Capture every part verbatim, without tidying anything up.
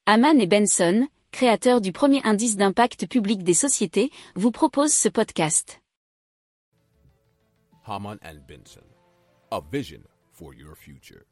Hamann et Benson, créateurs du premier indice d'impact public des sociétés, vous proposent ce podcast. Hamann and Benson, a vision for your future.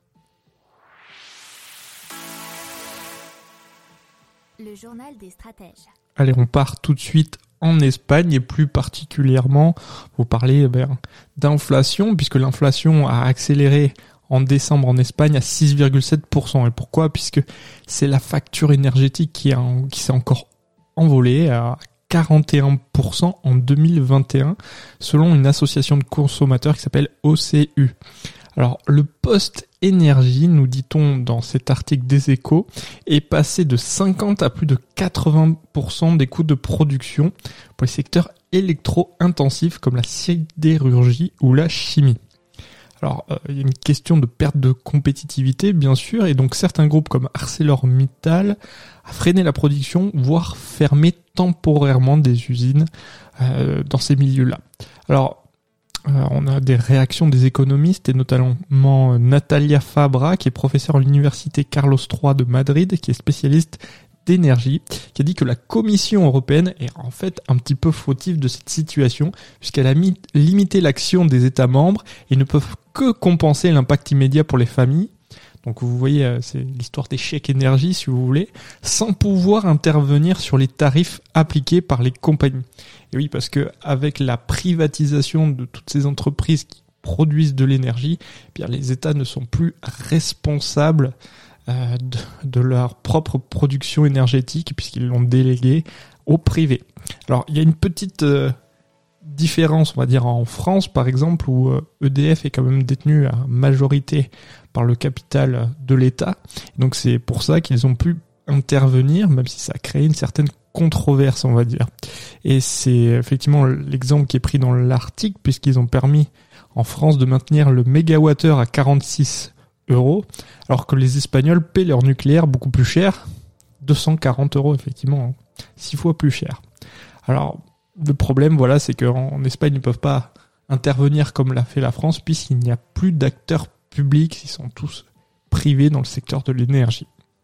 Le journal des stratèges. Allez, on part tout de suite en Espagne et plus particulièrement, vous parlez ben, d'inflation, puisque l'inflation a accéléré en décembre en Espagne à six virgule sept pour cent. Et pourquoi ? Puisque c'est la facture énergétique qui, a, qui s'est encore envolée à quarante et un pour cent en deux mille vingt et un, selon une association de consommateurs qui s'appelle O C U. Alors, le poste énergie, nous dit-on dans cet article des Échos, est passé de cinquante à plus de quatre-vingts pour cent des coûts de production pour les secteurs électro-intensifs comme la sidérurgie ou la chimie. Alors, euh, il y a une question de perte de compétitivité, bien sûr, et donc certains groupes comme ArcelorMittal a freiné la production, voire fermé temporairement des usines euh, dans ces milieux-là. Alors, euh, on a des réactions des économistes, et notamment euh, Natalia Fabra, qui est professeure à l'université Carlos trois de Madrid, qui est spécialiste d'énergie, qui a dit que la Commission européenne est en fait un petit peu fautive de cette situation, puisqu'elle a mis, limité l'action des États membres et ne peuvent que compenser l'impact immédiat pour les familles. Donc vous voyez, c'est l'histoire des chèques énergie, si vous voulez, sans pouvoir intervenir sur les tarifs appliqués par les compagnies. Et oui, parce que avec la privatisation de toutes ces entreprises qui produisent de l'énergie, eh bien les États ne sont plus responsables De, de leur propre production énergétique puisqu'ils l'ont délégué au privé. Alors il y a une petite euh, différence, on va dire en France par exemple, où euh, E D F est quand même détenu à majorité par le capital de l'État. Donc c'est pour ça qu'ils ont pu intervenir, même si ça a créé une certaine controverse, on va dire. Et c'est effectivement l'exemple qui est pris dans l'article, puisqu'ils ont permis en France de maintenir le mégawattheure à quarante-six euros, alors que les Espagnols paient leur nucléaire beaucoup plus cher, deux cent quarante euros effectivement, six fois plus cher. Alors le problème, voilà, c'est qu'en Espagne ils ne peuvent pas intervenir comme l'a fait la France, puisqu'il n'y a plus d'acteurs publics, ils sont tous privés dans le secteur de l'énergie.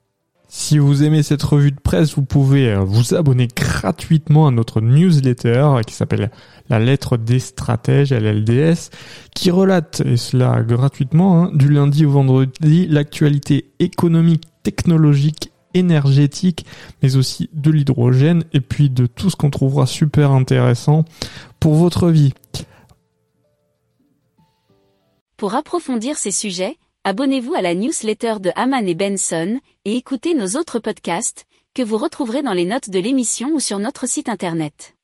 Si vous aimez cette revue de presse, vous pouvez vous abonner gratuitement à notre newsletter qui s'appelle La Lettre des Stratèges, L L D S, qui relate, et cela gratuitement, hein, du lundi au vendredi, l'actualité économique, technologique, énergétique, mais aussi de l'hydrogène, et puis de tout ce qu'on trouvera super intéressant pour votre vie. Pour approfondir ces sujets, abonnez-vous à la newsletter de Hamann et Benson et écoutez nos autres podcasts que vous retrouverez dans les notes de l'émission ou sur notre site internet.